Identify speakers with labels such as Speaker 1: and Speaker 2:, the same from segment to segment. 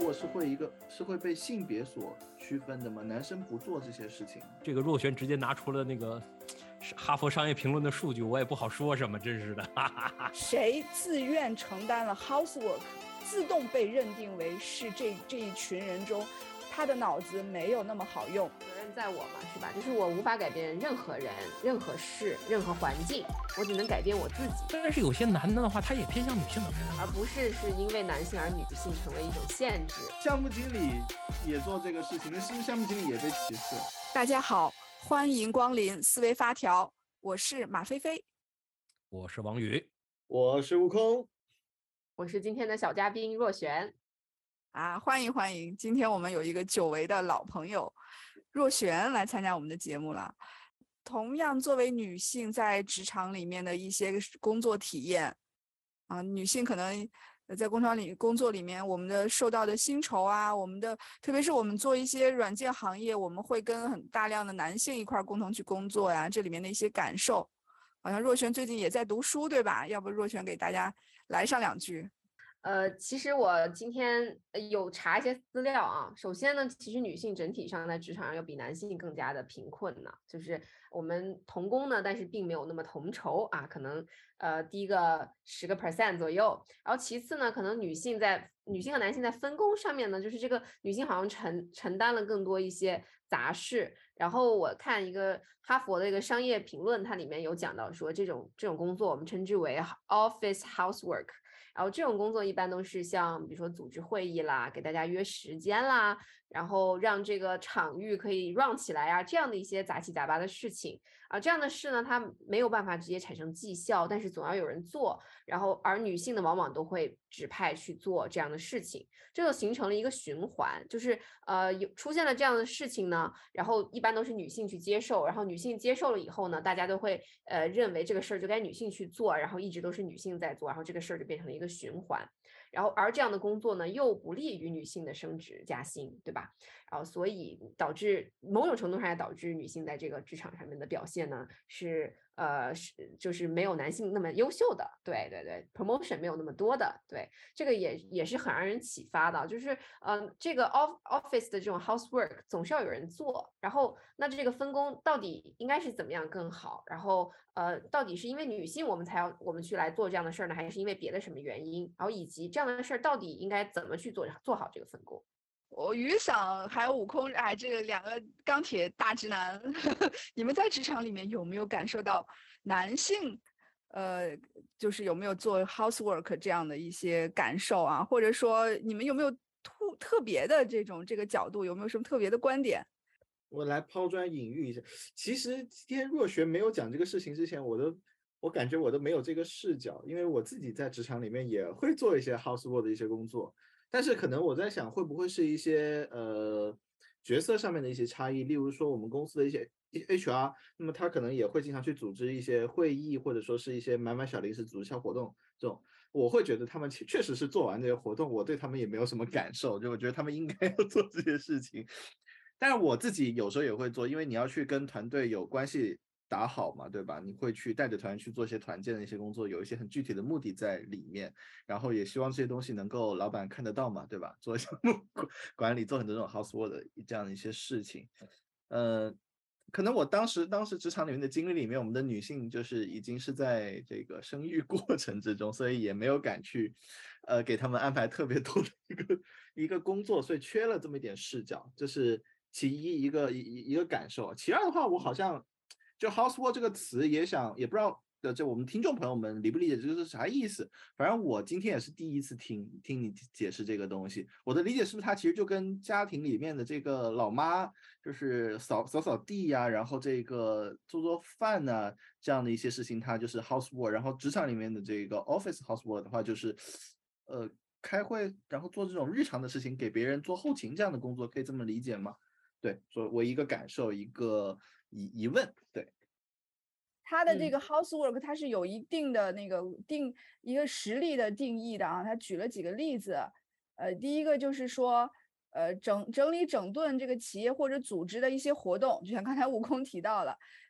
Speaker 1: 作是会被性别所区分的吗？男生不做这些事情。
Speaker 2: 这个若瑄直接拿出了那个哈佛商业评论的数据，我也不好说什么，真是的。
Speaker 3: 谁自愿承担了 housework， 自动被认定为是这一群人中他的脑子没有那么好用。
Speaker 4: 责任在我嘛，是吧？就是我无法改变任何人、任何事、任何环境，我只能改变我自己。
Speaker 2: 但是有些男的话，他也偏向女性的，
Speaker 4: 而不是因为男性而女性成为一种限制。
Speaker 1: 项目经理也做这个事情，那是不是项目经理也被歧视？
Speaker 3: 大家好，欢迎光临思维发条，我是马菲菲，
Speaker 2: 我是王宇，
Speaker 1: 我是悟空，
Speaker 4: 我是今天的小嘉宾若瑄。
Speaker 3: 欢迎欢迎！今天我们有一个久违的老朋友若瑄来参加我们的节目了。同样作为女性在职场里面的一些工作体验女性可能在工作里面，我们的受到的薪酬特别是我们做一些软件行业，我们会跟很大量的男性一块共同去工作呀，这里面的一些感受。好像若瑄最近也在读书，对吧？要不若瑄给大家来上两句。
Speaker 4: 其实我今天有查一些资料啊。首先呢，其实女性整体上在职场上要比男性更加的贫困呢，就是我们同工呢，但是并没有那么同酬啊，可能第一个10% 左右。然后其次呢，可能女性和男性在分工上面呢，就是这个女性好像承担了更多一些杂事。然后我看一个哈佛的一个商业评论，它里面有讲到说，这种工作我们称之为 office housework。然后这种工作一般都是像比如说组织会议啦，给大家约时间啦，然后让这个场域可以 run 起来啊，这样的一些杂七杂八的事情啊。这样的事呢，它没有办法直接产生绩效，但是总要有人做。然后而女性呢，往往都会指派去做这样的事情，这就形成了一个循环，就是出现了这样的事情呢，然后一般都是女性去接受，然后女性接受了以后呢，大家都会认为这个事儿就该女性去做，然后一直都是女性在做，然后这个事儿就变成了一个循环。然后而这样的工作呢，又不利于女性的升职加薪，对吧？然后所以导致某种程度上也导致女性在这个职场上面的表现呢就是没有男性那么优秀的，对对对 ，promotion 没有那么多的，对，这个也是很让人启发的，就是这个 office 的这种 housework 总是要有人做，然后那这个分工到底应该是怎么样更好？然后到底是因为女性我们去来做这样的事儿呢，还是因为别的什么原因？然后以及这样的事儿到底应该怎么去做好这个分工？
Speaker 3: 我于想还有悟空，这个两个钢铁大直男，你们在职场里面有没有感受到男性，就是有没有做 housework 这样的一些感受啊？或者说你们有没有特别的这个角度，有没有什么特别的观点？
Speaker 1: 我来抛砖引玉一下。其实今天若瑄没有讲这个事情之前，我感觉我都没有这个视角，因为我自己在职场里面也会做一些 housework 的一些工作。但是可能我在想，会不会是一些角色上面的一些差异，例如说我们公司的一些 HR， 那么他可能也会经常去组织一些会议，或者说是一些买小零食、组织小活动这种。我会觉得他们确实是做完这些活动，我对他们也没有什么感受，就我觉得他们应该要做这些事情。但是我自己有时候也会做，因为你要去跟团队有关系打好嘛，对吧？你会去带着团去做一些团建的一些工作，有一些很具体的目的在里面，然后也希望这些东西能够老板看得到嘛，对吧？做项目管理，做很多这种 housework 的这样的一些事情。可能我当时职场里面的经历里面，我们的女性就是已经是在这个生育过程之中，所以也没有敢去给他们安排特别多的一个工作，所以缺了这么一点视角，这是其一一个感受。其二的话，我好像就 housework 这个词也不知道这我们听众朋友们理不理解这个是啥意思。反正我今天也是第一次听你解释这个东西。我的理解是不是它其实就跟家庭里面的这个老妈就是扫地呀，然后这个做饭啊这样的一些事情，它就是 housework。然后职场里面的这个 office housework 的话，就是开会，然后做这种日常的事情，给别人做后勤这样的工作，可以这么理解吗？对，所以我一个感受，一个疑问。对，
Speaker 3: 它的这个 housework 它是有一定的那个一个实例的定义的啊。他举了几个例子，第一个就是说，整理整顿这个企业或者组织的一些活动，就像刚才悟空提到了，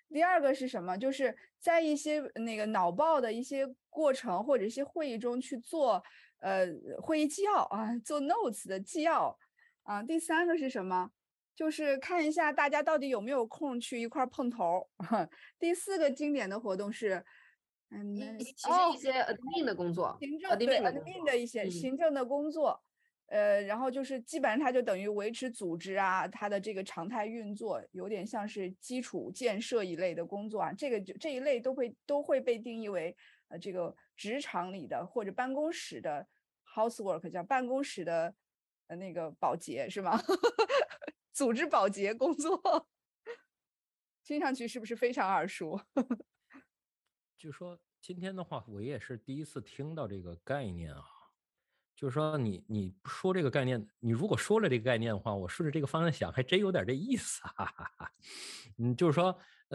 Speaker 3: 第二个是什么？就是在一些那个脑爆的一些过程或者一些会议中去做会议纪要啊，做 notes 的纪要啊。第三个是什么？就是看一下大家到底有没有空去一块碰头。第四个经典的活动是，
Speaker 4: 其实一些 admin 的工作，
Speaker 3: 行政对 admin 的一些行政的工作。然后就是基本上它就等于维持组织啊，它的这个常态运作，有点像是基础建设一类的工作啊。这一类都会被定义为这个职场里的或者办公室的 housework， 叫办公室的那个保洁是吗？组织保洁工作，听上去是不是非常耳熟？
Speaker 2: 就说今天的话，我也是第一次听到这个概念啊。就是说你说这个概念，你如果说了这个概念的话，我顺着这个方向想，还真有点这意思，哈哈哈。就是说，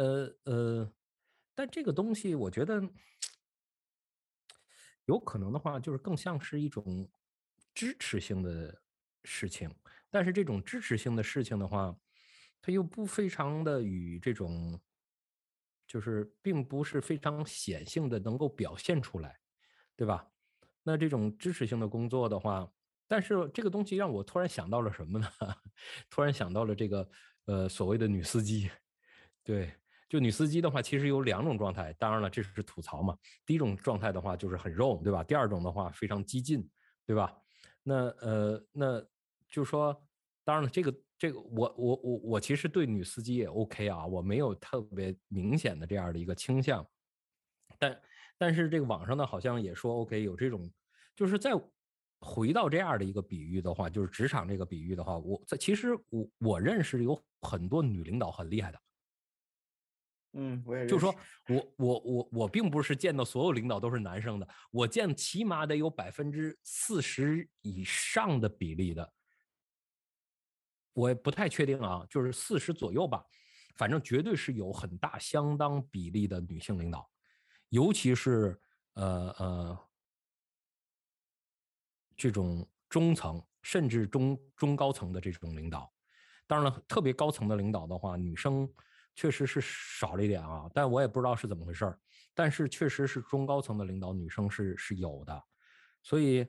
Speaker 2: 但这个东西我觉得有可能的话，就是更像是一种支持性的事情，但是这种支持性的事情的话，它又不非常的与这种，就是并不是非常显性的能够表现出来，对吧？那这种支持性的工作的话，但是这个东西让我突然想到了什么呢？突然想到了这个所谓的女司机，对，就女司机的话，其实有两种状态。当然了，这是吐槽嘛。第一种状态的话就是很肉，对吧？第二种的话非常激进，对吧？那就是说，当然了，这个我其实对女司机也 OK 啊，我没有特别明显的这样的一个倾向。但是这个网上呢，好像也说 OK 有这种，就是再回到这样的一个比喻的话，就是职场这个比喻的话，其实我认识有很多女领导很厉害的。
Speaker 1: 我也认识。
Speaker 2: 就是说我并不是见到所有领导都是男生的，我见起码得有40%以上的比例的，我也不太确定啊，就是40左右吧，反正绝对是有很大相当比例的女性领导，尤其是这种中层甚至中高层的这种领导。当然了，特别高层的领导的话，女生确实是少了一点啊，但我也不知道是怎么回事。但是确实是中高层的领导女生是有的，所以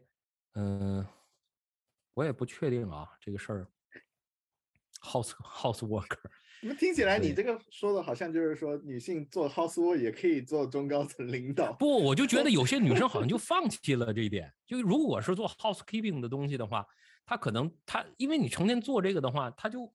Speaker 2: 我也不确定啊这个事儿。house worker，
Speaker 1: 怎么听起来你这个说的好像就是说女性做 housework 也可以做中高层领导？
Speaker 2: 不，我就觉得有些女生好像就放弃了这一点。就如果是做 housekeeping 的东西的话，她可能因为你成天做这个的话，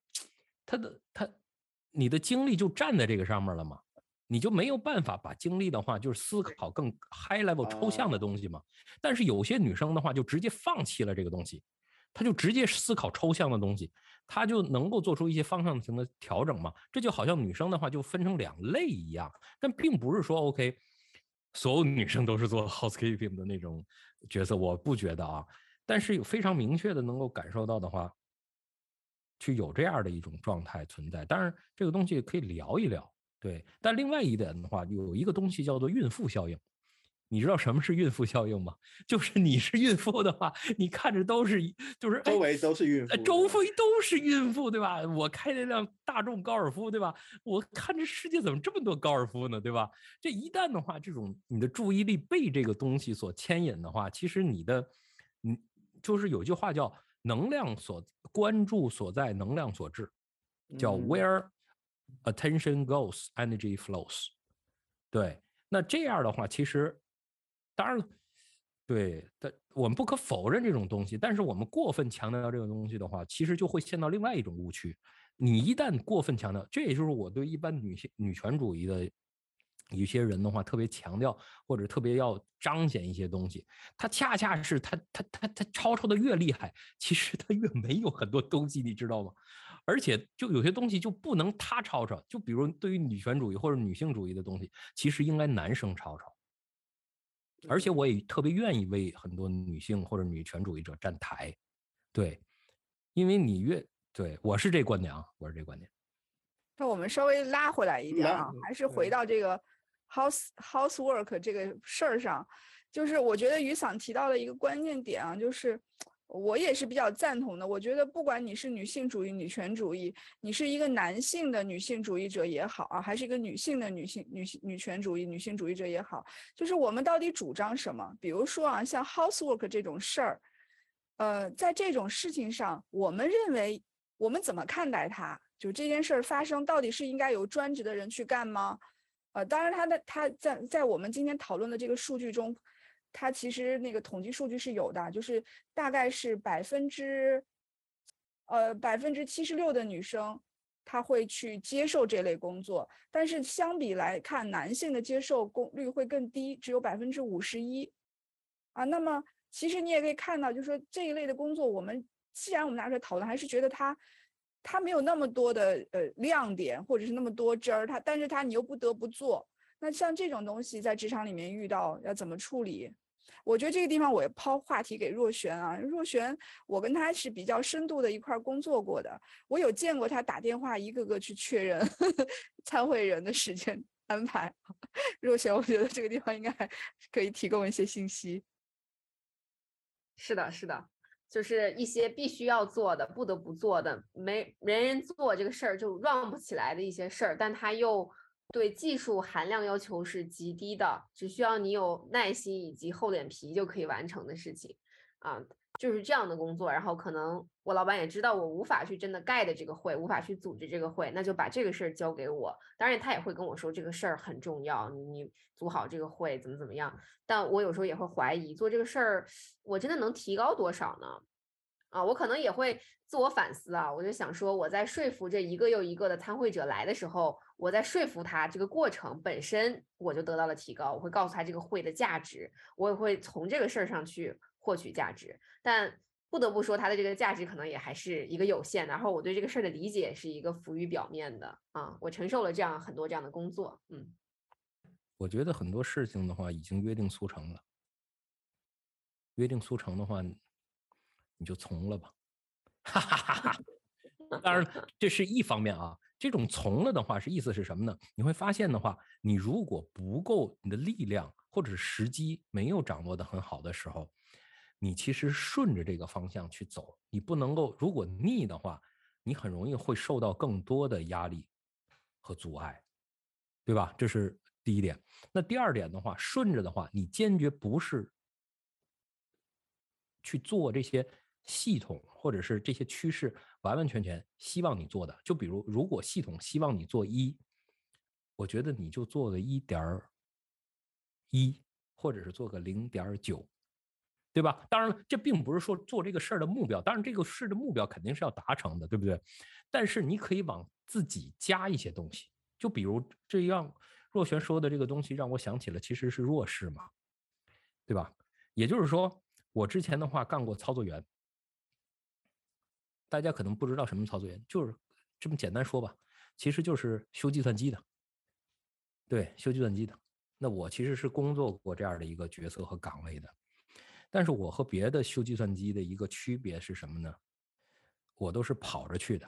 Speaker 2: 你的精力就站在这个上面了嘛，你就没有办法把精力的话就是思考更 high level 抽象的东西嘛。但是有些女生的话就直接放弃了这个东西，她就直接思考抽象的东西，她就能够做出一些方向性的调整嘛。这就好像女生的话就分成两类一样，但并不是说 OK 所有女生都是做 housekeeping 的那种角色，我不觉得啊。但是有非常明确的能够感受到的话，去有这样的一种状态存在。当然，这个东西可以聊一聊，对。但另外一点的话，有一个东西叫做孕妇效应。你知道什么是孕妇效应吗？就是你是孕妇的话，你看着都是就是
Speaker 1: 周围都是孕妇，
Speaker 2: 周围都是孕妇，对吧？我开那辆大众高尔夫，对吧？我看这世界怎么这么多高尔夫呢，对吧？这一旦的话，这种你的注意力被这个东西所牵引的话，其实就是有句话叫能量所关注所在，能量所致，叫 where attention goes, energy flows。对，那这样的话，其实当然，对，我们不可否认这种东西，但是我们过分强调这个东西的话，其实就会陷到另外一种误区。你一旦过分强调，这也就是我对一般女权主义的一些人的话特别强调，或者特别要彰显一些东西。他恰恰是他吵的越厉害，其实他越没有很多东西，你知道吗？而且就有些东西就不能他吵，就比如对于女权主义或者女性主义的东西，其实应该男生吵。而且我也特别愿意为很多女性或者女权主义者站台，对，因为对，我是这观点啊，我是这观点。
Speaker 3: 那我们稍微拉回来一点啊，还是回到这个 housework 这个事儿上，就是我觉得雨伞提到的一个关键点啊，就是我也是比较赞同的。我觉得不管你是女性主义、女权主义，你是一个男性的女性主义者也好啊，还是一个女性的女权主义、女性主义者也好，就是我们到底主张什么？比如说啊，像 housework 这种事儿，在这种事情上，我们认为我们怎么看待它？就这件事儿发生，到底是应该由专职的人去干吗？当然他在我们今天讨论的这个数据中，它其实那个统计数据是有的，就是大概是76%的女生，她会去接受这类工作，但是相比来看，男性的接受率会更低，只有51%。那么其实你也可以看到，就是说这一类的工作，既然我们拿出来讨论，还是觉得它没有那么多的亮点，或者是那么多汁儿，但是你又不得不做。那像这种东西在职场里面遇到要怎么处理？我觉得这个地方我也抛话题给若璇啊。若璇，我跟他是比较深度的一块工作过的，我有见过他打电话一个个去确认参会人的时间安排。若璇，我觉得这个地方应该还可以提供一些信息。
Speaker 4: 是的，是的，就是一些必须要做的、不得不做的、没人做这个事儿就 run 不起来的一些事儿，但它又对技术含量要求是极低的，只需要你有耐心以及厚脸皮就可以完成的事情啊，就是这样的工作。然后可能我老板也知道我无法去真的盖的这个会，无法去组织这个会，那就把这个事儿交给我。当然他也会跟我说这个事儿很重要，你组好这个会怎么样。但我有时候也会怀疑做这个事儿，我真的能提高多少呢？我可能也会自我反思啊，我就想说，我在说服这一个又一个的参会者来的时候，我在说服他这个过程本身，我就得到了提高。我会告诉他这个会的价值，我也会从这个事儿上去获取价值。但不得不说，他的这个价值可能也还是一个有限的。然后我对这个事儿的理解是一个浮于表面的啊，我承受了很多这样的工作，
Speaker 2: 我觉得很多事情的话已经约定俗成了，约定俗成的话，你就从了吧，哈哈哈哈。当然，这是一方面啊。这种从了的话，意思是什么呢？你会发现的话，你如果不够，你的力量或者时机没有掌握的很好的时候，你其实顺着这个方向去走，你不能够，如果逆的话，你很容易会受到更多的压力和阻碍，对吧？这是第一点。那第二点的话，顺着的话，你坚决不是去做这些系统或者是这些趋势完完全全希望你做的。就比如，如果系统希望你做1，我觉得你就做个1.1，或者是做个0.9，对吧？当然了，这并不是说做这个事儿的目标，当然这个事的目标肯定是要达成的，对不对？但是你可以往自己加一些东西，就比如这样，若璇说的这个东西让我想起了其实是弱势嘛，对吧？也就是说，我之前的话干过操作员，大家可能不知道什么操作员，就是这么简单说吧，其实就是修计算机的，对，修计算机的。那我其实是工作过这样的一个角色和岗位的。但是我和别的修计算机的一个区别是什么呢？我都是跑着去的，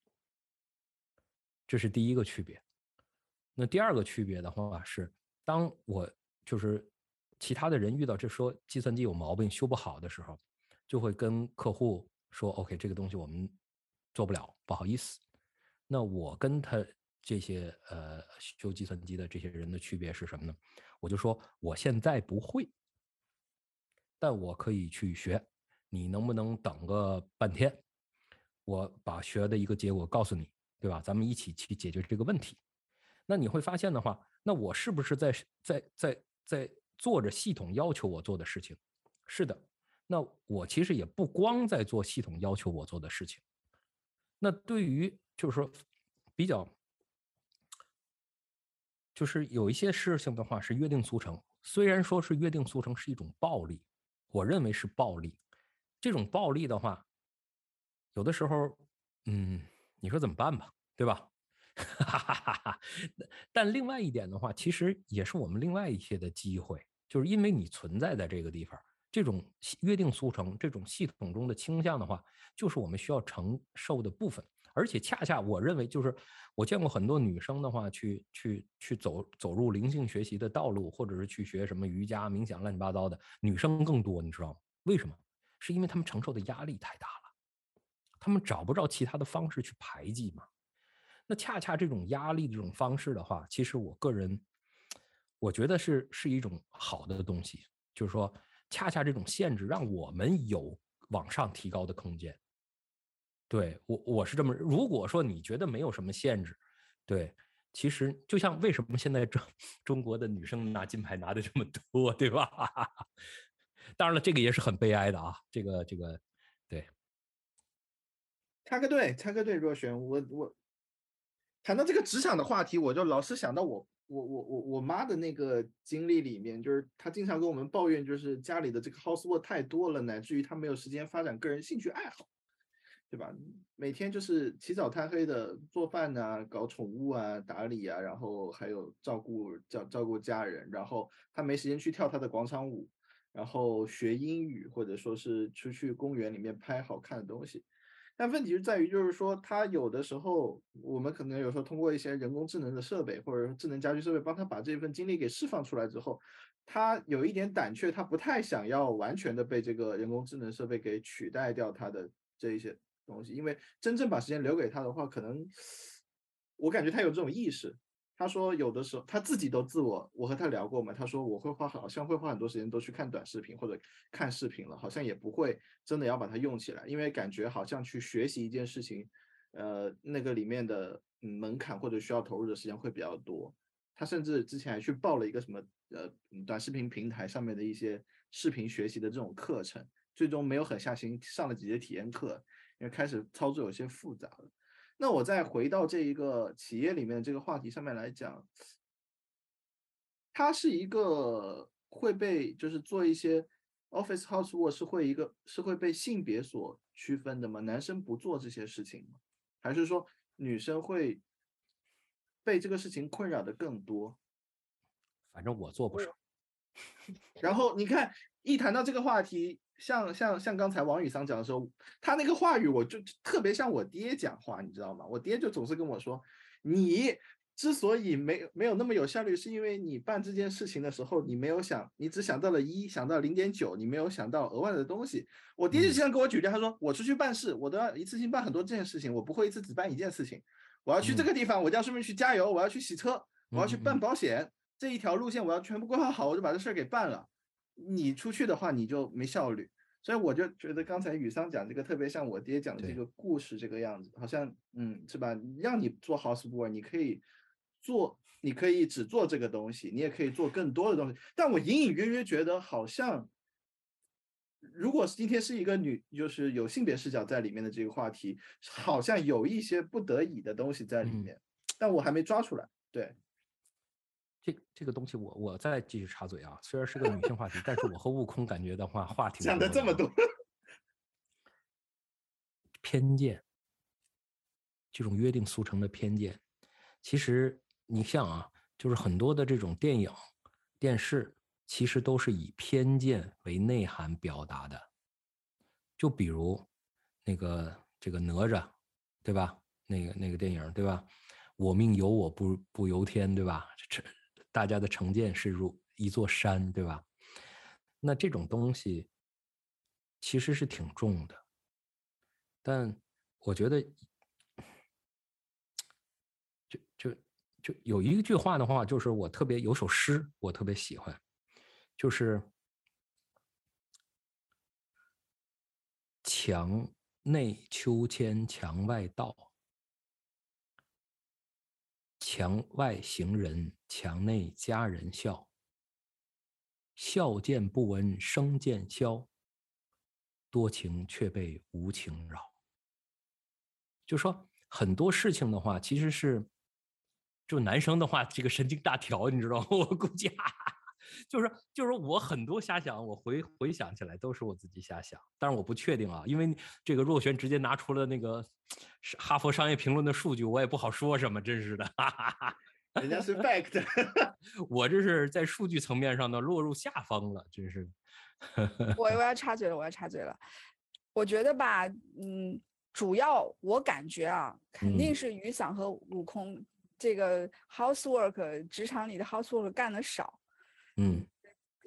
Speaker 2: 这是第一个区别。那第二个区别的话是，当我就是其他的人遇到这说计算机有毛病修不好的时候，就会跟客户说 OK 这个东西我们做不了，不好意思。那我跟他这些修计算机的这些人的区别是什么呢？我就说我现在不会，但我可以去学，你能不能等个半天？我把学的一个结果告诉你，对吧？咱们一起去解决这个问题。那你会发现的话，那我是不是在做着系统要求我做的事情？是的。那我其实也不光在做系统要求我做的事情。那对于就是说比较，就是有一些事情的话是约定俗成，虽然说是约定俗成是一种暴力，我认为是暴力。这种暴力的话，有的时候，你说怎么办吧，对吧？但另外一点的话，其实也是我们另外一些的机会，就是因为你存在在这个地方，这种约定俗成、这种系统中的倾向的话，就是我们需要承受的部分。而且恰恰我认为，就是我见过很多女生的话，去走入灵性学习的道路，或者是去学什么瑜伽、冥想、乱七八糟的，女生更多，你知道吗？为什么？ 是因为他们承受的压力太大了，他们找不着其他的方式去排挤嘛。那恰恰这种压力的这种方式的话，其实我个人我觉得是一种好的东西，就是说恰恰这种限制让我们有往上提高的空间。对，我是这么，如果说你觉得没有什么限制，对，其实就像为什么现在中国的女生拿金牌拿的这么多，对吧？当然了，这个也是很悲哀的啊，这个对。
Speaker 1: 插个队，若璇，我谈到这个职场的话题，我就老是想到我妈的那个经历里面，就是她经常跟我们抱怨，就是家里的这个 housework 太多了，乃至于她没有时间发展个人兴趣爱好，对吧？每天就是起早贪黑的做饭啊，搞宠物啊，打理啊，然后还有照顾家人，然后她没时间去跳她的广场舞，然后学英语，或者说是出去公园里面拍好看的东西。但问题是在于，就是说，它有的时候，我们可能有时候通过一些人工智能的设备或者智能家居设备，帮他把这份精力给释放出来之后，他有一点胆怯，他不太想要完全的被这个人工智能设备给取代掉他的这一些东西，因为真正把时间留给他的话，可能我感觉他有这种意识。他说有的时候他自己都我和他聊过嘛，他说我好像会花很多时间都去看短视频或者看视频了，好像也不会真的要把它用起来，因为感觉好像去学习一件事情，那个里面的门槛或者需要投入的时间会比较多。他甚至之前还去报了一个什么短视频平台上面的一些视频学习的这种课程，最终没有狠下心上了几节体验课，因为开始操作有些复杂了。那我再回到这一个企业里面的这个话题上面来讲，它是一个会被就是做一些 office housework 是会被性别所区分的吗？男生不做这些事情吗？还是说女生会被这个事情困扰的更多？
Speaker 2: 反正我做不少。
Speaker 1: 然后你看，一谈到这个话题，像刚才王宇桑讲的时候，他那个话语我就特别像我爹讲话，你知道吗？我爹就总是跟我说，你之所以没有那么有效率，是因为你办这件事情的时候，你没有想，你只想到了1，想到0.9，你没有想到额外的东西。我爹就经常给我举例，他说我出去办事，我都要一次性办很多件事情，我不会一次只办一件事情。我要去这个地方，我就要顺便去加油，我要去洗车，我要去办保险。这一条路线我要全部规划好，我就把这事儿给办了。你出去的话，你就没效率。所以我就觉得刚才宇桑讲这个特别像我爹讲的这个故事这个样子，好像是吧？让你做 housework，你可以只做这个东西，你也可以做更多的东西。但我隐隐约约觉得好像，如果今天是一个就是有性别视角在里面的这个话题，好像有一些不得已的东西在里面，但我还没抓出来。对。
Speaker 2: 这个东西我再继续插嘴啊，虽然是个女性话题，但是我和悟空感觉的话挺多
Speaker 1: 讲的这么多，
Speaker 2: 偏见，这种约定俗成的偏见，其实你像啊，就是很多的这种电影、电视，其实都是以偏见为内涵表达的。就比如这个哪吒，对吧？那个电影，对吧？我命由我不由天，对吧？大家的成见是如一座山，对吧？那这种东西其实是挺重的，但我觉得就有一句话的话，就是我特别有首诗，我特别喜欢，就是墙内秋千墙外道，墙外行人墙内佳人笑，笑渐不闻声渐消，多情却被无情扰。就说很多事情的话，其实是就男生的话，这个神经大条，你知道吗？我估计就是我很多瞎想，我回想起来都是我自己瞎想，但是我不确定啊，因为这个若璇直接拿出了那个哈佛商业评论的数据，我也不好说什么，真是的。
Speaker 1: 人家是 fact，
Speaker 2: 我这是在数据层面上呢落入下风了，真是。
Speaker 3: 我要插嘴了，我觉得吧，主要我感觉啊，肯定是雨伞和悟空这个 housework 职场里的 housework 干得少，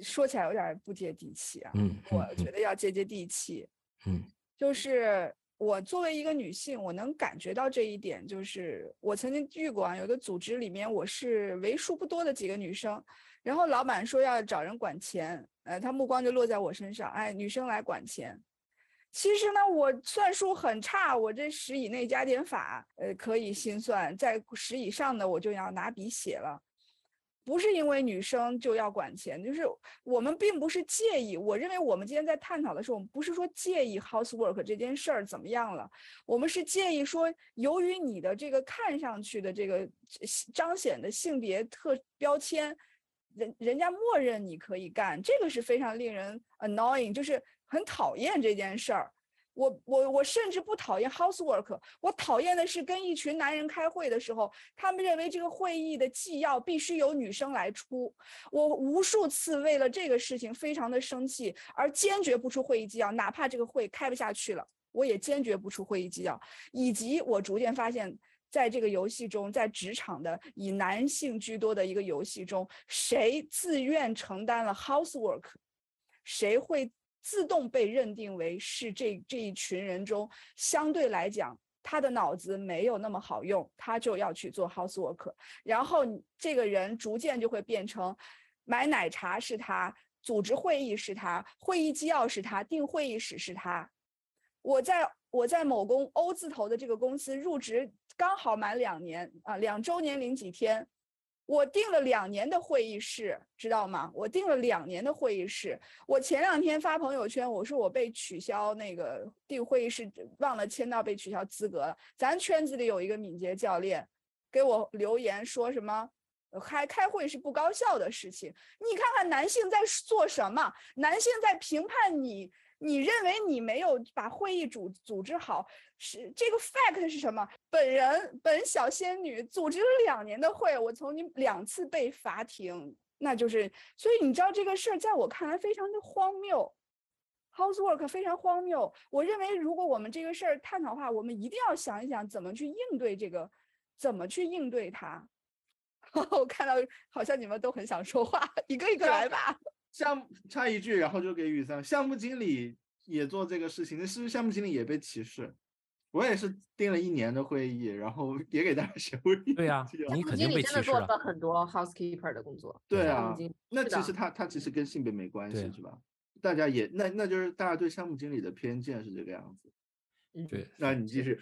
Speaker 3: 说起来有点不接地气啊。我觉得要接地气。就是我作为一个女性，我能感觉到这一点。就是我曾经遇过有一个组织里面，我是为数不多的几个女生，然后老板说要找人管钱，他目光就落在我身上，女生来管钱。其实呢，我算术很差，我这10以内加减法，可以心算，在10以上的我就要拿笔写了。不是因为女生就要管钱，就是我们并不是介意。我认为我们今天在探讨的是，我们不是说介意 housework 这件事儿怎么样了，我们是介意说，由于你的这个看上去的这个彰显的性别标签，人家默认你可以干，这个是非常令人 annoying， 就是很讨厌这件事儿。我甚至不讨厌 housework， 我讨厌的是跟一群男人开会的时候，他们认为这个会议的纪要必须由女生来出。我无数次为了这个事情非常的生气，而坚决不出会议纪要，哪怕这个会开不下去了，我也坚决不出会议纪要。以及我逐渐发现，在这个游戏中，在职场的以男性居多的一个游戏中，谁自愿承担了 housework， 谁会自动被认定为是这一群人中相对来讲他的脑子没有那么好用，他就要去做 housework。 然后这个人逐渐就会变成买奶茶是他，组织会议是他，会议纪要是他，定会议室是他。我在某O 字头的这个公司入职刚好满2年啊，2周年零几天，我定了2年的会议室，知道吗？我定了2年的会议室。我前2天发朋友圈，我说我被取消那个订会议室，忘了签到被取消资格了。咱圈子里有一个敏捷教练给我留言说什么开会是不高效的事情。你看看男性在做什么？男性在评判你认为你没有把会议组织好，是这个 fact 是什么？本小仙女组织了2年的会，我从你2次被罚停，那就是。所以你知道这个事儿在我看来非常的荒谬 ，housework 非常荒谬。我认为如果我们这个事儿探讨的话，我们一定要想一想怎么去应对这个，怎么去应对它。我看到好像你们都很想说话，一个一个来吧。
Speaker 1: 插一句，然后就给雨桑。项目经理也做这个事情，那是不是项目经理也被歧视？我也是定了1年的会议，然后也给大家写会议。
Speaker 2: 对呀，你肯定被歧视了。
Speaker 4: 真的做了很多 housekeeper 的工作。
Speaker 1: 对啊，那其实他其实跟性别没关系，是吧？大家也那就是大家对项目经理的偏见是这个样子。
Speaker 2: 对，
Speaker 1: 那你继续。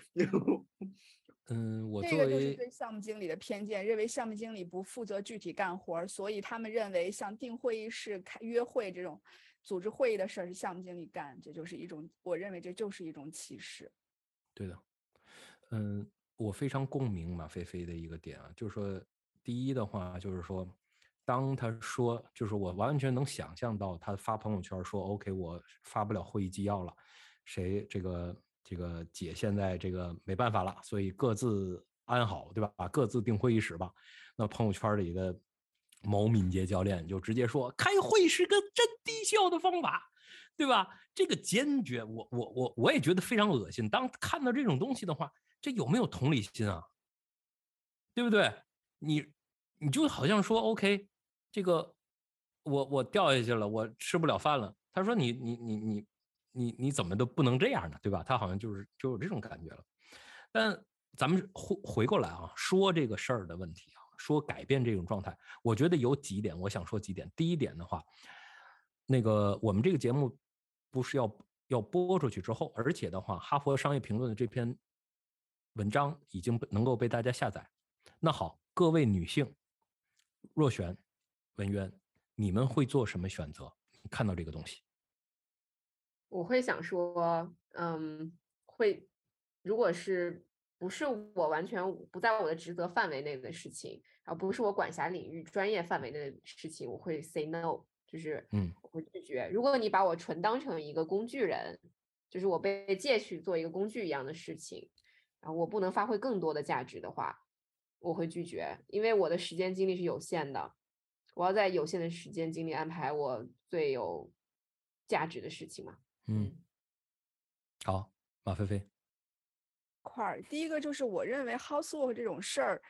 Speaker 2: 我
Speaker 3: 这个就是对项目经理的偏见，认为项目经理不负责具体干活，所以他们认为像订会议室、约会这种组织会议的事儿是项目经理干，这就是一种，我认为这就是一种歧视。
Speaker 2: 对的，我非常共鸣马菲菲的一个点啊，就是说，第一的话就是说，当他说，就是我完全能想象到他发朋友圈说 ，OK， 我发不了会议纪要了，谁这个姐现在这个没办法了，所以各自安好，对吧？各自订会议室吧。那朋友圈里的某敏捷教练就直接说，开会是个真低效的方法，对吧？这个坚决，我也觉得非常恶心。当看到这种东西的话，这有没有同理心啊？对不对？你就好像说 OK， 这个我掉下去了，我吃不了饭了。他说你怎么都不能这样呢，对吧？他好像就有这种感觉了。但咱们回过来啊，说这个事儿的问题啊，说改变这种状态，我觉得有几点，我想说几点。第一点的话，那个我们这个节目不是要播出去之后，而且的话，哈佛商业评论的这篇文章已经能够被大家下载。那好，各位女性，若璇、文渊，你们会做什么选择？你看到这个东西，
Speaker 4: 我会想说，会，如果不是我完全不在我的职责范围内的事情，然后不是我管辖领域专业范围内的事情，我会 say no， 就是我会拒绝。如果你把我纯当成一个工具人，就是我被借去做一个工具一样的事情，然后我不能发挥更多的价值的话，我会拒绝，因为我的时间精力是有限的，我要在有限的时间精力安排我最有价值的事情嘛。
Speaker 2: 好，马菲菲。
Speaker 3: 第一个就是我认为 housework 这种事儿，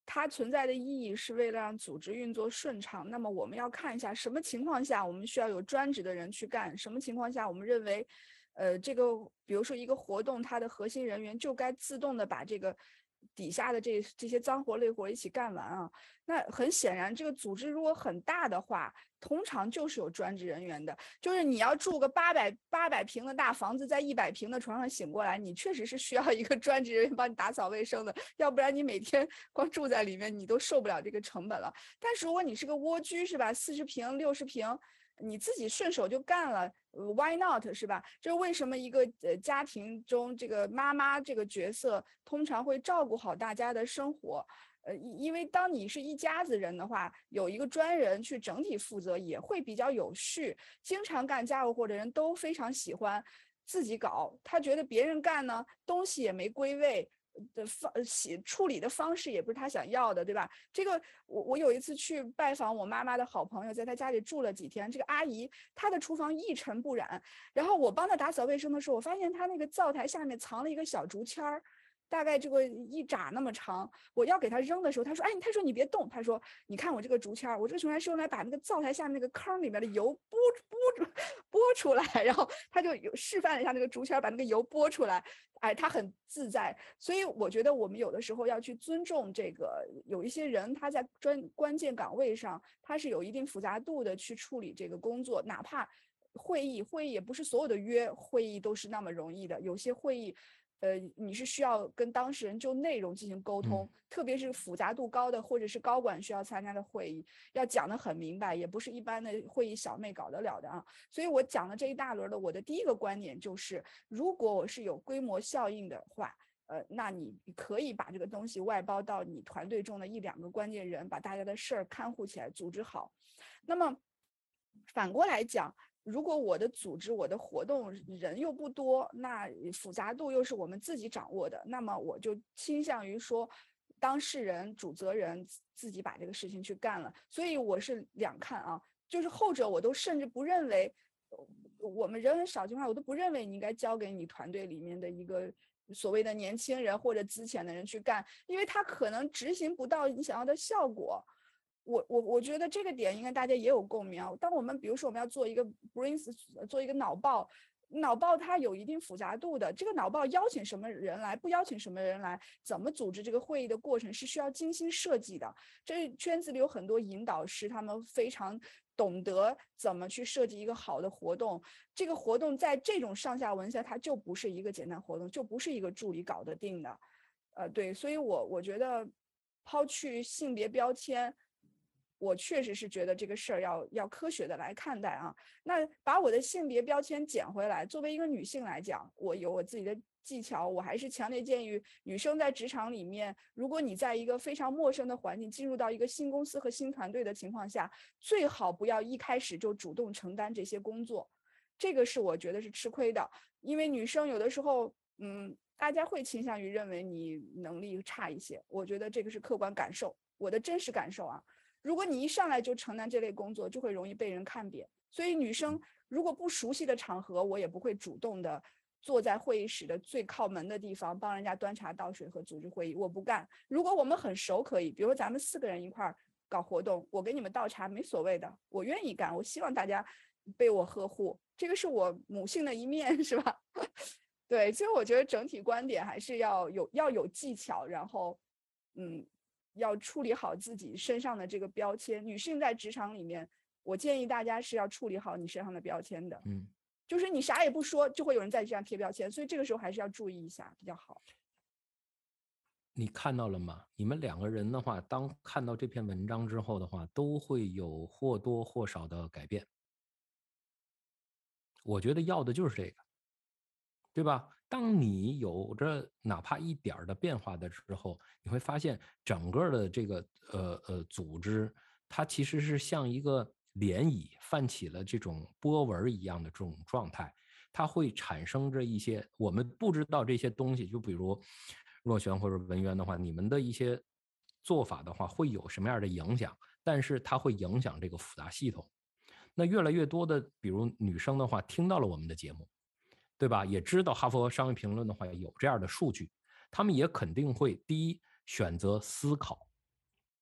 Speaker 3: 它存在的意义是为了让组织运作顺畅。那么我们要看一下什么情况下我们需要有专职的人去干，什么情况下我们认为这个比如说一个活动，它的核心人员就该自动的把这个底下的这些脏活累活一起干完啊。那很显然，这个组织如果很大的话，通常就是有专职人员的。就是你要住个800平的大房子，在100平的床上醒过来，你确实是需要一个专职人员帮你打扫卫生的，要不然你每天光住在里面，你都受不了这个成本了。但是如果你是个蜗居，是吧？40平、60平。你自己顺手就干了，why not 是吧？这是为什么一个家庭中这个妈妈这个角色通常会照顾好大家的生活。因为当你是一家子人的话，有一个专人去整体负责也会比较有序。经常干家务活的人都非常喜欢自己搞，他觉得别人干呢，东西也没归位。处理的方式也不是他想要的，对吧？这个我有一次去拜访我妈妈的好朋友，在她家里住了几天。这个阿姨她的厨房一尘不染，然后我帮她打扫卫生的时候，我发现她那个灶台下面藏了一个小竹签儿，大概这个一拃那么长。我要给她扔的时候，她说：“哎，她说你别动。”她说：“你看我这个竹签儿，我这个竹签是用来把那个灶台下面那个坑里面的油拨出来。”然后她就示范了一下那个竹签，把那个油拨出来。哎，他很自在。所以我觉得我们有的时候要去尊重这个，有一些人他在关键岗位上，他是有一定复杂度的去处理这个工作。哪怕会议也不是所有的会议都是那么容易的，有些会议你是需要跟当事人就内容进行沟通，特别是复杂度高的或者是高管需要参加的会议，要讲得很明白，也不是一般的会议小妹搞得了的啊。所以我讲了这一大轮的，我的第一个观点就是，如果我是有规模效应的话，那你可以把这个东西外包到你团队中的1、2个关键人，把大家的事儿看护起来，组织好。那么反过来讲，如果我的组织、我的活动人又不多，那复杂度又是我们自己掌握的，那么我就倾向于说，当事人、主责人自己把这个事情去干了。所以我是两看啊，就是后者我都甚至不认为，我们人很少情况下，我都不认为你应该交给你团队里面的一个所谓的年轻人或者资浅的人去干，因为他可能执行不到你想要的效果。我觉得这个点应该大家也有共鸣啊。当我们比如说我们要做一个 做一个脑报它有一定复杂度的，这个脑报邀请什么人来，不邀请什么人来，怎么组织这个会议的过程是需要精心设计的。这圈子里有很多引导师，他们非常懂得怎么去设计一个好的活动。这个活动在这种上下文下，它就不是一个简单活动，就不是一个助理搞得定的。对，所以我觉得抛去性别标签，我确实是觉得这个事儿要科学的来看待啊。那把我的性别标签捡回来，作为一个女性来讲，我有我自己的技巧，我还是强烈建议女生在职场里面，如果你在一个非常陌生的环境进入到一个新公司和新团队的情况下，最好不要一开始就主动承担这些工作，这个是我觉得是吃亏的。因为女生有的时候大家会倾向于认为你能力差一些，我觉得这个是客观感受，我的真实感受啊。如果你一上来就承担这类工作，就会容易被人看扁。所以女生如果不熟悉的场合，我也不会主动的坐在会议室的最靠门的地方帮人家端茶倒水和组织会议，我不干。如果我们很熟可以，比如说咱们4个人一块儿搞活动，我给你们倒茶没所谓的，我愿意干，我希望大家被我呵护，这个是我母性的一面，是吧？对，所以我觉得整体观点还是要有技巧，然后要处理好自己身上的这个标签。女性在职场里面，我建议大家是要处理好你身上的标签的。就是你啥也不说，就会有人在这样贴标签，所以这个时候还是要注意一下比较好。
Speaker 2: 你看到了吗？你们2个人的话，当看到这篇文章之后的话，都会有或多或少的改变。我觉得要的就是这个，对吧？当你有着哪怕一点的变化的时候，你会发现整个的这个组织，它其实是像一个涟漪泛起了这种波纹一样的这种状态，它会产生着一些我们不知道这些东西，就比如若璇或者文渊的话，你们的一些做法的话会有什么样的影响，但是它会影响这个复杂系统。那越来越多的比如女生的话听到了我们的节目，对吧？也知道哈佛商业评论的话有这样的数据，他们也肯定会第一选择思考，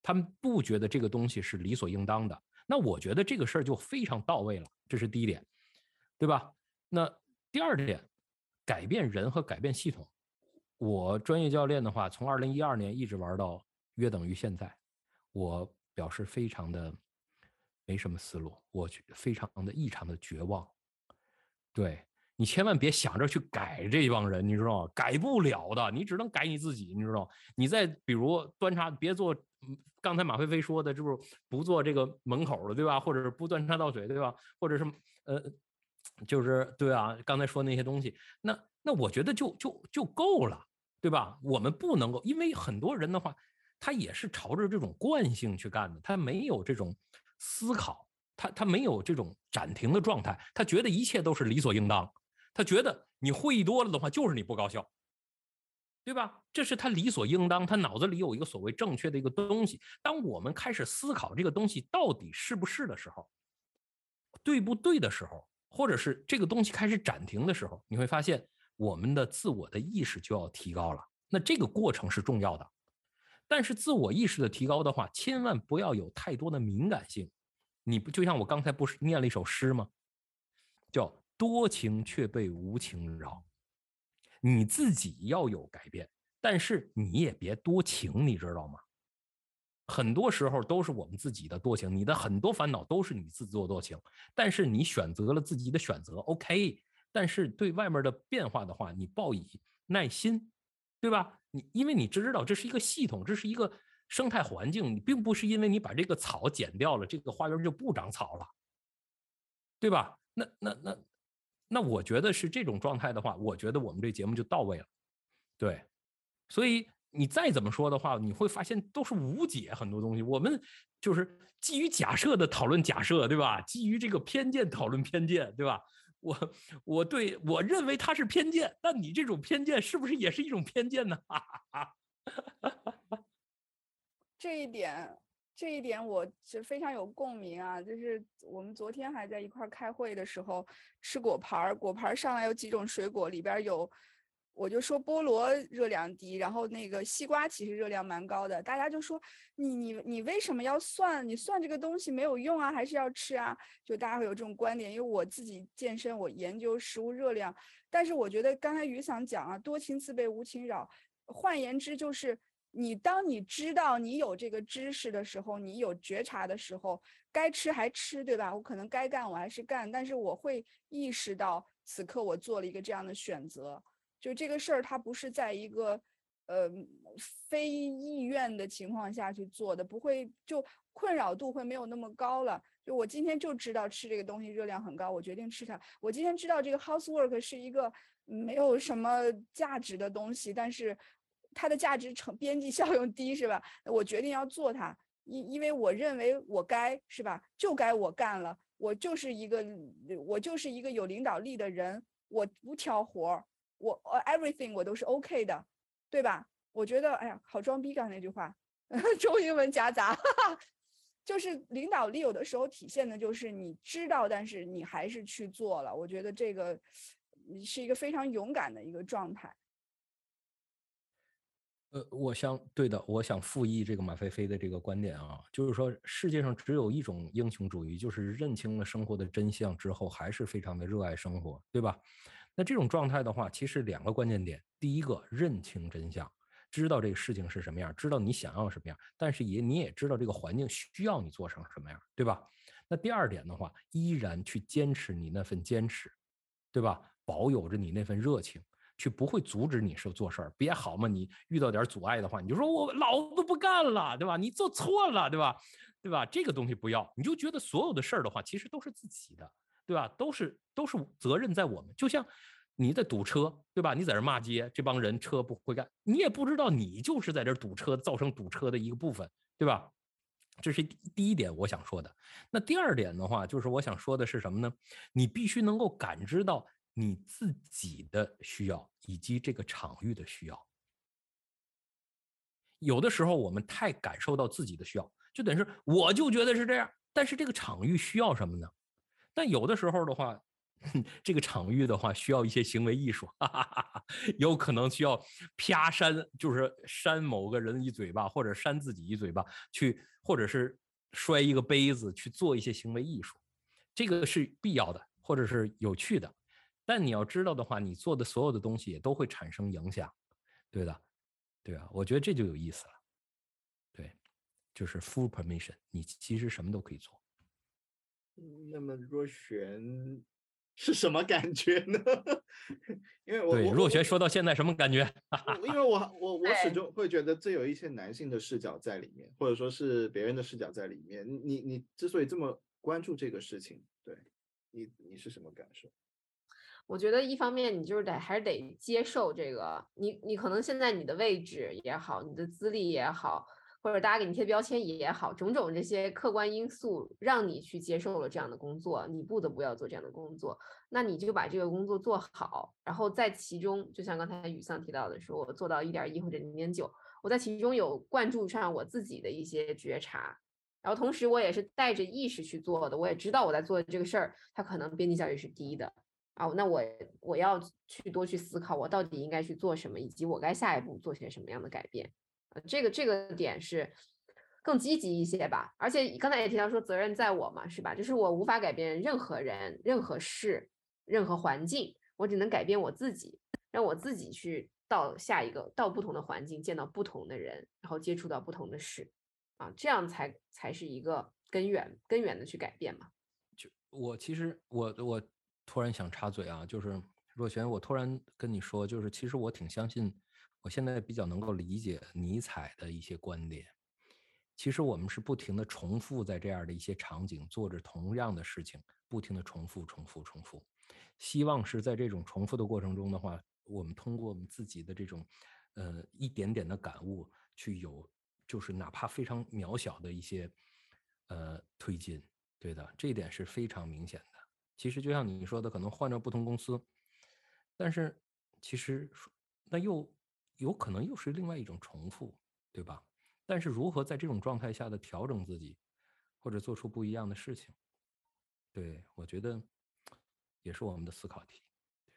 Speaker 2: 他们不觉得这个东西是理所应当的。那我觉得这个事儿就非常到位了，这是第一点，对吧？那第二点，改变人和改变系统。我专业教练的话，从2012年一直玩到约等于现在，我表示非常的没什么思路，我非常的异常的绝望。对，你千万别想着去改这帮人，你知道吗？改不了的，你只能改你自己，你知道吗？你再比如端茶，别做刚才马飞飞说的，这不做这个门口的，对吧？或者是不端茶倒水，对吧？或者是就是对啊，刚才说那些东西，那我觉得就够了，对吧？我们不能够，因为很多人的话，他也是朝着这种惯性去干的，他没有这种思考，他没有这种暂停的状态，他觉得一切都是理所应当，他觉得你会议多了的话，就是你不高效，对吧？这是他理所应当，他脑子里有一个所谓正确的一个东西。当我们开始思考这个东西到底是不是的时候，对不对的时候，或者是这个东西开始暂停的时候，你会发现我们的自我的意识就要提高了。那这个过程是重要的，但是自我意识的提高的话，千万不要有太多的敏感性。你不就像我刚才不是念了一首诗吗？叫多情却被无情扰。你自己要有改变，但是你也别多情，你知道吗？很多时候都是我们自己的多情，你的很多烦恼都是你自作多情，但是你选择了自己的选择 ，OK。但是对外面的变化的话，你抱以耐心，对吧？因为你知道这是一个系统，这是一个生态环境，你并不是因为你把这个草剪掉了，这个花园就不长草了，对吧？那我觉得是这种状态的话，我觉得我们这节目就到位了，对。所以你再怎么说的话，你会发现都是无解，很多东西我们就是基于假设的讨论假设，对吧？基于这个偏见讨论偏见，对吧？我认为它是偏见，但你这种偏见是不是也是一种偏见呢？
Speaker 3: 这一点我是非常有共鸣啊！就是我们昨天还在一块开会的时候吃果盘上来有几种水果，里边有，我就说菠萝热量低，然后那个西瓜其实热量蛮高的，大家就说你为什么要算？你算这个东西没有用啊，还是要吃啊？就大家会有这种观点，因为我自己健身，我研究食物热量，但是我觉得刚才于桑讲啊，多情自被无情扰，换言之就是。当你知道你有这个知识的时候，你有觉察的时候，该吃还吃，对吧？我可能该干我还是干，但是我会意识到此刻我做了一个这样的选择。就这个事儿，它不是在一个非意愿的情况下去做的，不会就困扰度会没有那么高了。就我今天就知道吃这个东西热量很高，我决定吃它。我今天知道这个 housework 是一个没有什么价值的东西，但是它的价值边际效用低，是吧？我决定要做它，因为我认为我该，是吧？就该我干了，我就是一个有领导力的人，我不挑活，我 everything 我都是 OK 的，对吧？我觉得，哎呀，好装逼，刚才那句话，中英文夹杂，就是领导力有的时候体现的就是你知道，但是你还是去做了。我觉得这个是一个非常勇敢的一个状态。
Speaker 2: 对的，我想复议这个马飞飞的这个观点啊，就是说世界上只有一种英雄主义，就是认清了生活的真相之后，还是非常的热爱生活，对吧？那这种状态的话，其实两个关键点，第一个认清真相，知道这个事情是什么样，知道你想要什么样，但是你也知道这个环境需要你做成什么样，对吧？那第二点的话，依然去坚持你那份坚持，对吧？保有着你那份热情。去不会阻止你做事儿，别好嘛，你遇到点阻碍的话，你就说我老子不干了，对吧？你做错了，对吧？对吧？这个东西不要，你就觉得所有的事儿的话，其实都是自己的，对吧？都是责任在我们。就像你在堵车，对吧？你在这骂街，这帮人车不会干，你也不知道你就是在这堵车，造成堵车的一个部分，对吧？这是第一点我想说的。那第二点的话，就是我想说的是什么呢？你必须能够感知到你自己的需要以及这个场域的需要。有的时候我们太感受到自己的需要，就等于是我就觉得是这样，但是这个场域需要什么呢？但有的时候的话， 这个场域的话，需要一些行为艺术，有可能需要啪扇，就是扇某个人一嘴巴，或者扇自己一嘴巴，或者是摔一个杯子，去做一些行为艺术，这个是必要的，或者是有趣的。但你要知道的话，你做的所有的东西也都会产生影响，对的，对啊，我觉得这就有意思了。对，就是 full permission， 你其实什么都可以做。
Speaker 1: 那么若璇是什么感觉呢？因为
Speaker 2: 对，若璇说到现在什么感觉？
Speaker 1: 因为我始终会觉得这有一些男性的视角在里面，或者说是别人的视角在里面。你之所以这么关注这个事情，对你是什么感受？
Speaker 4: 我觉得一方面你就是还是得接受这个，你可能现在你的位置也好，你的资历也好，或者大家给你贴标签也好，种种这些客观因素让你去接受了这样的工作，你不得不要做这样的工作，那你就把这个工作做好，然后在其中，就像刚才宇桑提到的，说我做到1.1或者0.9，我在其中有灌注上我自己的一些觉察。然后同时我也是带着意识去做的，我也知道我在做的这个事儿，它可能边际效益是低的。那我要去多去思考，我到底应该去做什么，以及我该下一步做些什么样的改变。这个点是更积极一些吧。而且刚才也提到说责任在我嘛，是吧？就是我无法改变任何人、任何事、任何环境，我只能改变我自己，让我自己去到不同的环境，见到不同的人，然后接触到不同的事，这样才是一个根源的去改变嘛。
Speaker 2: 其实我突然想插嘴啊，就是若璇，我突然跟你说，就是其实我挺相信，我现在比较能够理解尼采的一些观点。其实我们是不停的重复在这样的一些场景做着同样的事情，不停的重复，希望是在这种重复的过程中的话，我们通过我们自己的这种一点点的感悟，去就是哪怕非常渺小的一些推进。对的，这一点是非常明显的。其实就像你说的，可能换着不同公司，但是其实那又有可能又是另外一种重复，对吧？但是如何在这种状态下的调整自己，或者做出不一样的事情，对，我觉得也是我们的思考题。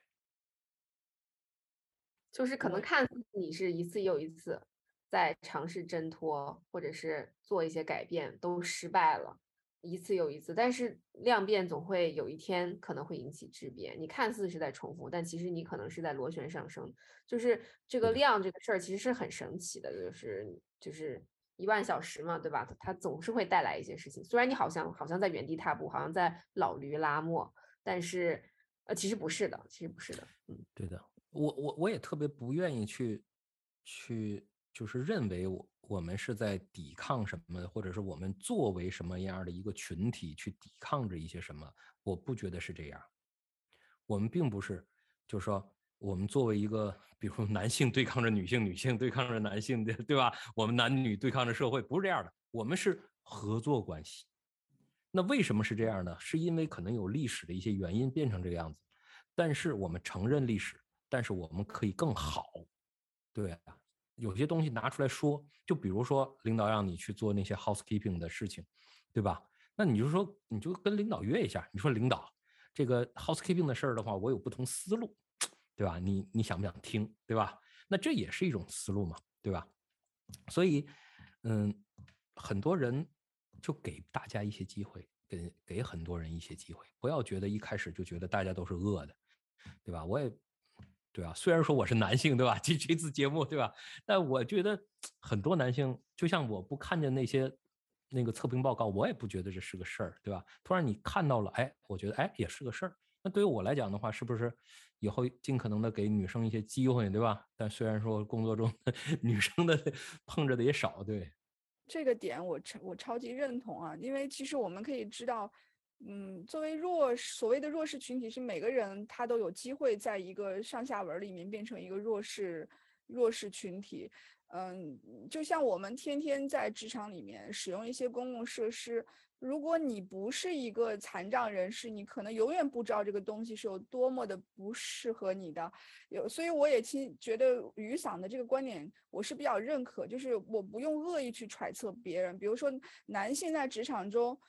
Speaker 4: 就是可能看似你是一次又一次在尝试挣脱，或者是做一些改变，都失败了，一次又一次。但是量变总会有一天可能会引起质变。你看似是在重复，但其实你可能是在螺旋上升。就是这个量这个事儿其实是很神奇的，就是1万小时嘛，对吧？它总是会带来一些事情。虽然你好像在原地踏步，好像在老驴拉磨，但是其实不是的，
Speaker 2: 对的。我也特别不愿意去就是认为我们是在抵抗什么，或者是我们作为什么样的一个群体去抵抗着一些什么，我不觉得是这样。我们并不是，就是说我们作为一个，比如男性对抗着女性，女性对抗着男性，对吧？我们男女对抗着社会，不是这样的，我们是合作关系。那为什么是这样呢？是因为可能有历史的一些原因变成这个样子，但是我们承认历史，但是我们可以更好。对啊，有些东西拿出来说，就比如说领导让你去做那些 housekeeping 的事情，对吧？那你就说，你就跟领导约一下，你说领导，这个 housekeeping 的事儿的话，我有不同思路，对吧？你想不想听，对吧？那这也是一种思路嘛，对吧？所以，很多人就给大家一些机会，给很多人一些机会，不要觉得一开始就觉得大家都是恶的，对吧？我也，对吧？虽然说我是男性，对吧？这次节目，对吧？但我觉得很多男性，就像我不看见那个测评报告，我也不觉得这是个事儿，对吧？突然你看到了，哎，我觉得哎也是个事儿。那对于我来讲的话，是不是以后尽可能的给女生一些机会，对吧？但虽然说工作中女生的碰着的也少，对。
Speaker 3: 这个点我超级认同啊，因为其实我们可以知道，作为所谓的弱势群体，是每个人他都有机会在一个上下文里面变成一个弱势群体。就像我们天天在职场里面使用一些公共设施，如果你不是一个残障人士，你可能永远不知道这个东西是有多么的不适合你的。所以我也觉得雨伞的这个观点我是比较认可，就是我不用恶意去揣测别人。比如说男性在职场中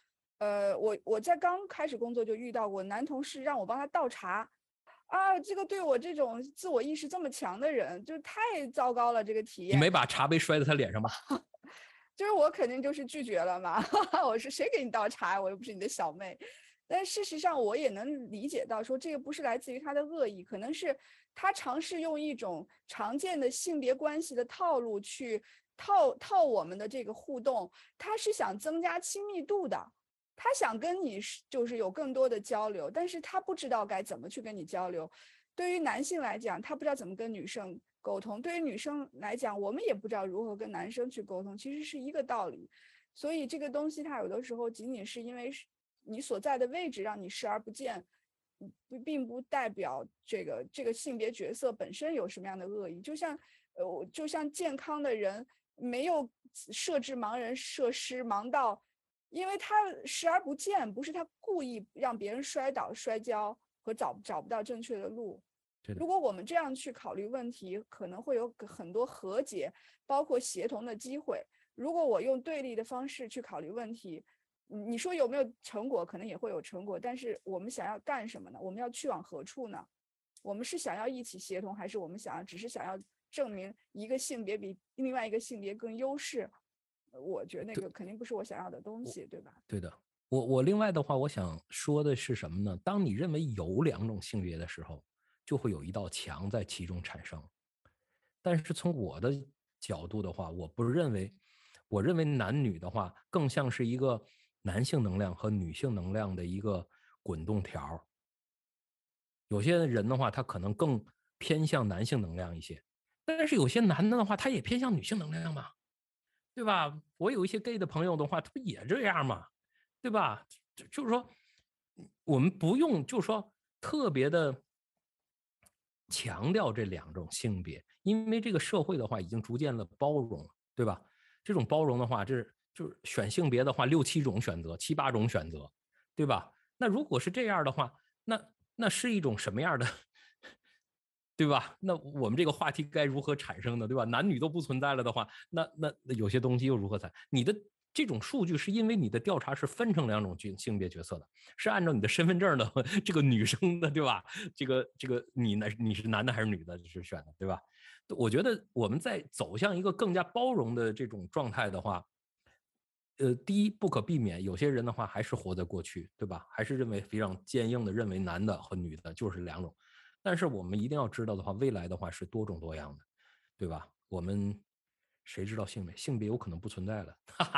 Speaker 3: 我在刚开始工作就遇到过男同事让我帮他倒茶，啊，这个对我这种自我意识这么强的人，就太糟糕了，这个体验。
Speaker 2: 你没把茶杯摔在他脸上吧？
Speaker 3: 就是我肯定就是拒绝了嘛，我是谁给你倒茶，我又不是你的小妹。但事实上，我也能理解到，说这个不是来自于他的恶意，可能是他尝试用一种常见的性别关系的套路去套我们的这个互动，他是想增加亲密度的，他想跟你就是有更多的交流，但是他不知道该怎么去跟你交流。对于男性来讲，他不知道怎么跟女生沟通；对于女生来讲，我们也不知道如何跟男生去沟通，其实是一个道理。所以这个东西，它有的时候仅仅是因为你所在的位置让你视而不见，并不代表这个性别角色本身有什么样的恶意。就像健康的人没有设置盲人设施，盲到因为他视而不见，不是他故意让别人摔倒摔跤和找不到正确的路。如果我们这样去考虑问题，可能会有很多和解，包括协同的机会。如果我用对立的方式去考虑问题，你说有没有成果？可能也会有成果，但是我们想要干什么呢？我们要去往何处呢？我们是想要一起协同，还是我们只是想要证明一个性别比另外一个性别更优势？我觉得那个肯定不是我想要的东西，对吧？
Speaker 2: 对的，我另外的话，我想说的是什么呢？当你认为有两种性别的时候，就会有一道墙在其中产生。但是从我的角度的话，我认为男女的话，更像是一个男性能量和女性能量的一个滚动条。有些人的话，他可能更偏向男性能量一些，但是有些男的话，他也偏向女性能量嘛，对吧？我有一些 gay 的朋友的话，他不也这样嘛，对吧？就是说，我们不用就是说特别的强调这两种性别，因为这个社会的话已经逐渐的包容，对吧？这种包容的话，就是选性别的话，6、7种选择，7、8种选择，对吧？那如果是这样的话，那是一种什么样的？对吧？那我们这个话题该如何产生呢？对吧？男女都不存在了的话，那有些东西又如何产？你的这种数据是因为你的调查是分成两种性别角色的，是按照你的身份证的这个女生的，对吧？这个你是男的还是女的是选的，对吧？我觉得我们在走向一个更加包容的这种状态的话，第一不可避免，有些人的话还是活在过去，对吧？还是认为非常坚硬的认为男的和女的就是两种。但是我们一定要知道的话，未来的话是多种多样的，对吧？我们谁知道性别有可能不存在了。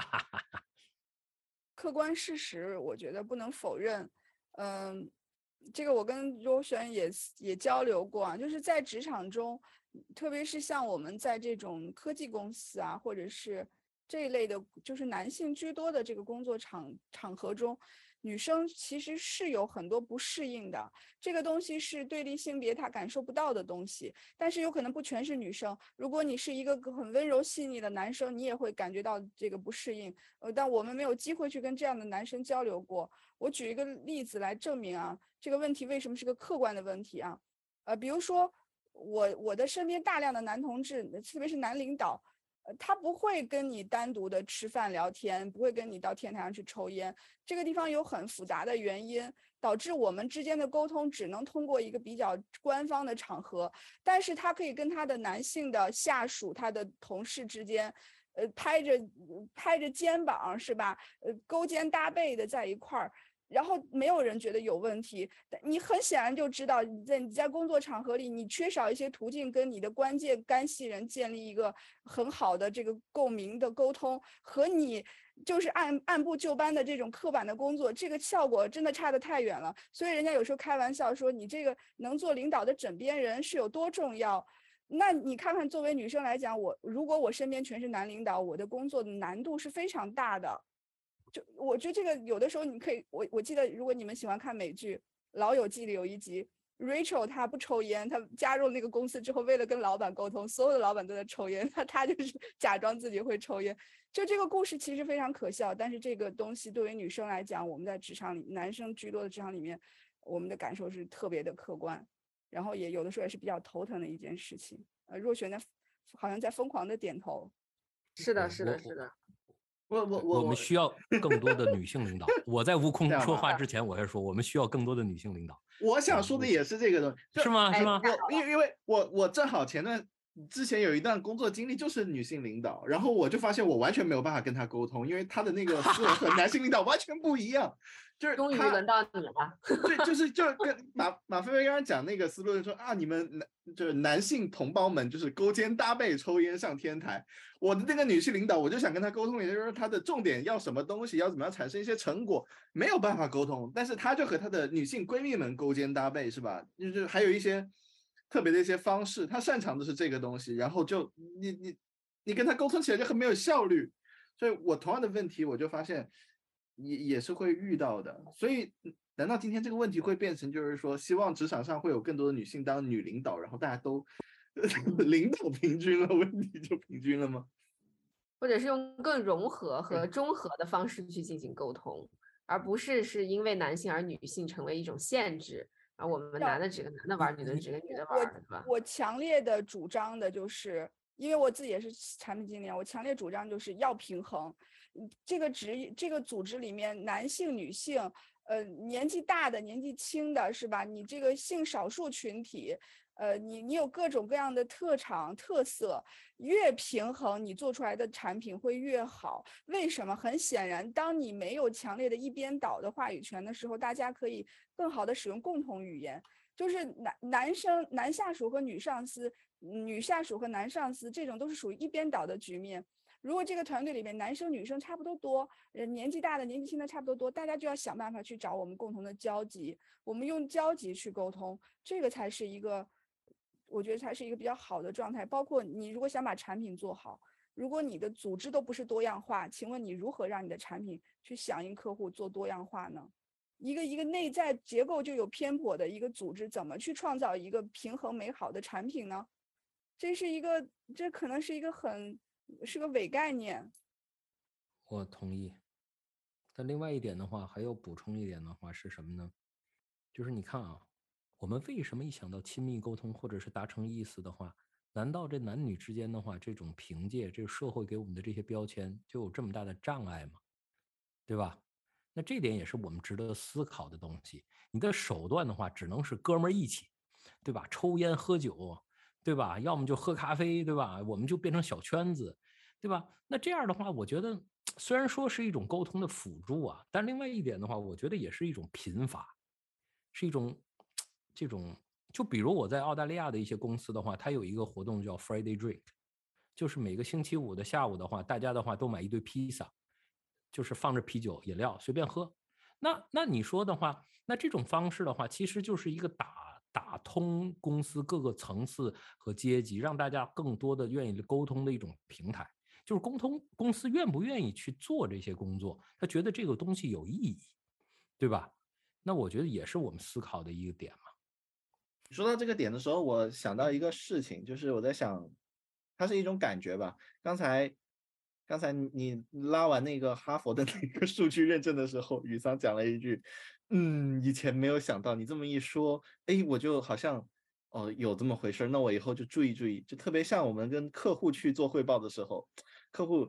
Speaker 3: 客观事实，我觉得不能否认。这个我跟周璇也交流过啊，就是在职场中，特别是像我们在这种科技公司啊，或者是这一类的，就是男性居多的这个工作场合中，女生其实是有很多不适应的。这个东西是对立性别他感受不到的东西，但是有可能不全是女生。如果你是一个很温柔细腻的男生，你也会感觉到这个不适应。但我们没有机会去跟这样的男生交流过。我举一个例子来证明啊，这个问题为什么是个客观的问题啊？比如说我的身边大量的男同志，特别是男领导，他不会跟你单独的吃饭聊天，不会跟你到天台上去抽烟。这个地方有很复杂的原因，导致我们之间的沟通只能通过一个比较官方的场合，但是他可以跟他的男性的下属、他的同事之间，拍着肩膀是吧？勾肩搭背的在一块儿。然后没有人觉得有问题，你很显然就知道你在工作场合里，你缺少一些途径跟你的关键干系人建立一个很好的这个共鸣的沟通，和你就是按部就班的这种刻板的工作，这个效果真的差得太远了。所以人家有时候开玩笑说，你这个能做领导的枕边人是有多重要。那你看看，作为女生来讲，如果我身边全是男领导，我的工作的难度是非常大的。就我觉得这个有的时候你可以，我记得如果你们喜欢看美剧《老友记》里有一集 Rachel 她不抽烟，她加入那个公司之后，为了跟老板沟通，所有的老板都在抽烟，她就是假装自己会抽烟。就这个故事其实非常可笑，但是这个东西对于女生来讲，我们在职场里，男生居多的职场里面，我们的感受是特别的客观，然后也有的时候也是比较头疼的一件事情。若璇好像在疯狂的点头。
Speaker 4: 是的，是的，是的。
Speaker 2: 我们需要更多的女性领导。我在悟空说话之前，我还说我们需要更多的女性领导。
Speaker 1: 我想说的也是这个东西，
Speaker 2: 是吗？是吗？
Speaker 1: 因为我正好之前有一段工作经历就是女性领导，然后我就发现我完全没有办法跟她沟通，因为她的那个思维和男性领导完全不一样。就是
Speaker 4: 终于轮到你了。
Speaker 1: 对，就是跟马飞飞刚刚讲那个思路，说啊，你们就是男性同胞们，就是勾肩搭背抽烟上天台。我的那个女性领导，我就想跟她沟通，也就是说她的重点要什么东西，要怎么样产生一些成果，没有办法沟通。但是她就和她的女性闺蜜们勾肩搭背，是吧？就是还有一些特别的一些方式，她擅长的是这个东西，然后就你跟她沟通起来就很没有效率。所以我同样的问题，我就发现。也是会遇到的，所以难道今天这个问题会变成就是说，希望职场上会有更多的女性当女领导，然后大家都领导平均了，问题就平均了吗？
Speaker 4: 或者是用更融合和中和的方式去进行沟通，而不是因为男性而女性成为一种限制，而我们男的只跟男的玩，女的只跟女的玩，对吧？
Speaker 3: 我强烈的主张的就是，因为我自己也是产品经理，我强烈主张就是要平衡。这个组织里面，男性、女性，年纪大的、年纪轻的，是吧？你这个性少数群体，你有各种各样的特长特色，越平衡，你做出来的产品会越好。为什么？很显然，当你没有强烈的一边倒的话语权的时候，大家可以更好的使用共同语言。就是男下属和女上司，女下属和男上司，这种都是属于一边倒的局面。如果这个团队里面男生女生差不多多，年纪大的年纪轻的差不多多，大家就要想办法去找我们共同的交集，我们用交集去沟通，这个才是一个，我觉得才是一个比较好的状态。包括你如果想把产品做好，如果你的组织都不是多样化，请问你如何让你的产品去响应客户做多样化呢？一个内在结构就有偏颇的一个组织，怎么去创造一个平衡美好的产品呢？这可能是一个是个伪概念。
Speaker 2: 我同意。但另外一点的话，还有补充一点的话是什么呢？就是你看啊，我们为什么一想到亲密沟通或者是达成意思的话，难道这男女之间的话，这种凭借这个社会给我们的这些标签就有这么大的障碍吗？对吧？那这点也是我们值得思考的东西。你的手段的话，只能是哥们儿义气，对吧？抽烟喝酒，对吧？要么就喝咖啡，对吧？我们就变成小圈子，对吧？那这样的话，我觉得虽然说是一种沟通的辅助啊，但另外一点的话，我觉得也是一种贫乏，是一种这种。就比如我在澳大利亚的一些公司的话，它有一个活动叫 Friday Drink，就是每个星期五的下午的话，大家的话都买一堆披萨，就是放着啤酒、饮料随便喝。那你说的话，那这种方式的话，其实就是一个打通公司各个层次和阶级，让大家更多的愿意沟通的一种平台。就是沟通公司愿不愿意去做这些工作，他觉得这个东西有意义，对吧？那我觉得也是我们思考的一个点嘛。
Speaker 1: 说到这个点的时候，我想到一个事情，就是我在想，它是一种感觉吧。刚才你拉完那个哈佛的那个数据认证的时候，宇桑讲了一句，以前没有想到，你这么一说，哎，我就好像有这么回事，那我以后就注意注意，就特别像我们跟客户去做汇报的时候，客户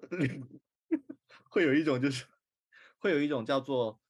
Speaker 1: 会有一种就是会有一种叫做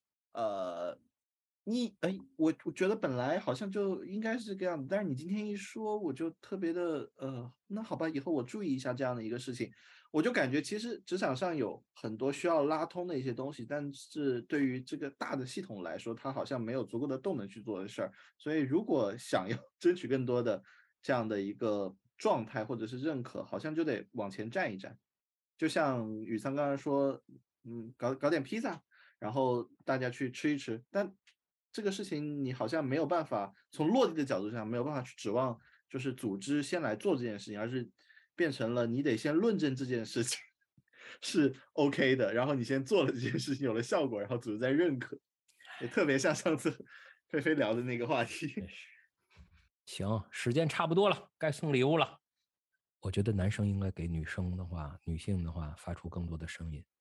Speaker 1: 我觉得本来好像就应该是这个样子，但是你今天一说，我就特别的那好吧，以后我注意一下这样的一个事情。我就感觉其实职场上有很多需要拉通的一些东西，但是对于这个大的系统来说，它好像没有足够的动能去做的事儿。所以如果想要争取更多的这样的一个状态或者是认可，好像就得往前站一站。就像宇桑刚才说，搞点披萨，然后大家去吃一吃，但这个事情你好像没有办法从落地的角度上没有办法去指望，就是组织先来做这件事情，而是变成了你得先论证这件事情是 OK 的，然后你先做了这件事情有了效果，然后组织再认可，也特别像上次菲菲聊的那个话题。
Speaker 2: 行，时间差不多了，该送礼物了。我觉得男生应该给女性的话发出更多的声音。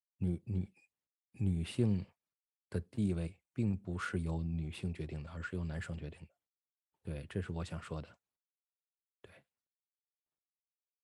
Speaker 2: 女性的地位并不是由女性决定的，而是由男生决定的。对，这是我想说的。对，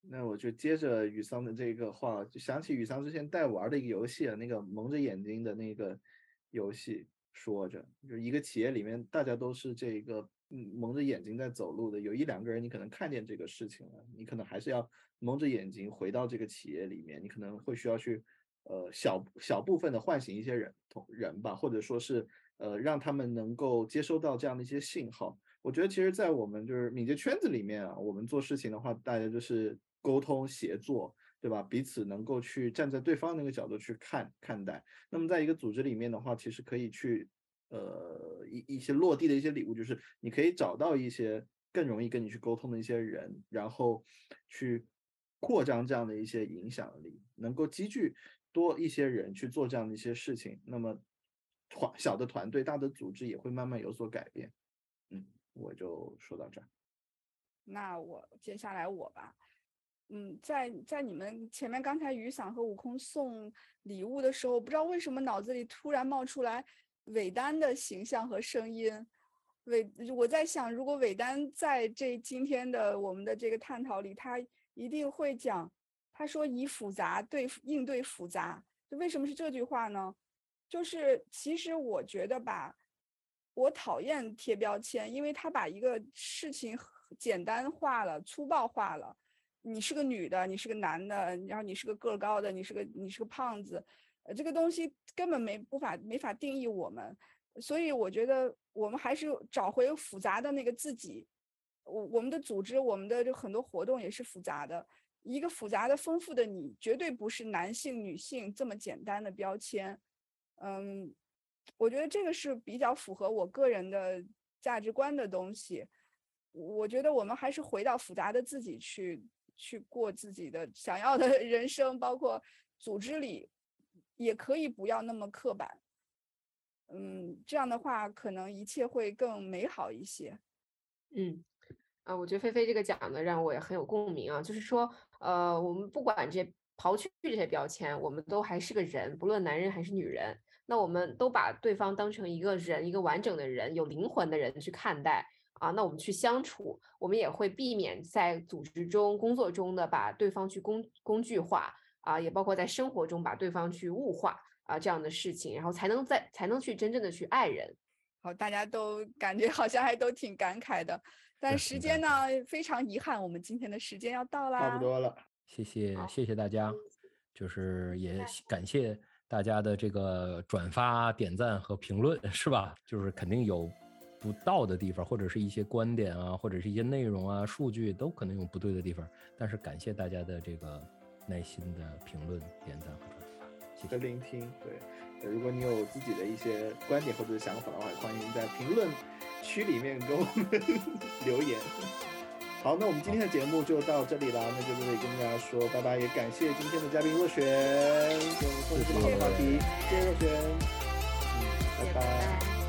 Speaker 1: 那我就接着宇桑的这个话，就想起宇桑之前带玩的一个游戏啊，那个蒙着眼睛的那个游戏，说着就是一个企业里面大家都是这个蒙着眼睛在走路的，有一两个人你可能看见这个事情了，你可能还是要蒙着眼睛回到这个企业里面，你可能会需要去小部分的唤醒一些人吧，或者说是让他们能够接收到这样的一些信号。我觉得其实在我们就是敏捷圈子里面啊，我们做事情的话，大家就是沟通协作，对吧？彼此能够去站在对方那个角度去看待。那么在一个组织里面的话，其实可以去一些落地的一些礼物，就是你可以找到一些更容易跟你去沟通的一些人，然后去扩张这样的一些影响力，能够积聚多一些人去做这样的一些事情，那么小的团队、大的组织也会慢慢有所改变。我就说到这儿。
Speaker 3: 那接下来我吧，在你们前面刚才雨伞和悟空送礼物的时候，不知道为什么脑子里突然冒出来韦丹的形象和声音。我在想，如果韦丹在今天的我们的这个探讨里，他一定会讲，他说以复杂应对复杂。就为什么是这句话呢？就是其实我觉得吧，我讨厌贴标签，因为他把一个事情简单化了、粗暴化了。你是个女的，你是个男的，然后你是个个儿高的，你是个胖子，这个东西根本没法定义我们。所以我觉得我们还是找回复杂的那个自己。我们的组织，我们的很多活动也是复杂的。一个复杂的、丰富的你，绝对不是男性、女性这么简单的标签。我觉得这个是比较符合我个人的价值观的东西。我觉得我们还是回到复杂的自己去过自己的想要的人生，包括组织里也可以不要那么刻板。这样的话可能一切会更美好一些。
Speaker 4: 我觉得菲菲这个讲的让我也很有共鸣啊，就是说我们不管刨去这些标签，我们都还是个人，不论男人还是女人，那我们都把对方当成一个人，一个完整的人，有灵魂的人去看待啊。那我们去相处，我们也会避免在组织中、工作中的把对方去工具化啊，也包括在生活中把对方去物化啊这样的事情，然后才能去真正的去爱人。
Speaker 3: 好，大家都感觉好像还都挺感慨的，但时间呢，非常遗憾，我们今天的时间要到啦。
Speaker 1: 差不多了，
Speaker 2: 谢谢大家，就是也感谢大家的这个转发、点赞和评论，是吧？就是肯定有不到的地方，或者是一些观点啊，或者是一些内容啊、数据都可能有不对的地方，但是感谢大家的这个耐心的评论、点赞和转发，谢谢。
Speaker 1: 聆听，对。如果你有自己的一些观点或者想法的话，欢迎在评论区里面给我们留言。好，那我们今天的节目就到这里了，那就在这里跟大家说拜拜，也感谢今天的嘉宾若璇，给我们分享这么好的话题，谢谢若璇，拜拜。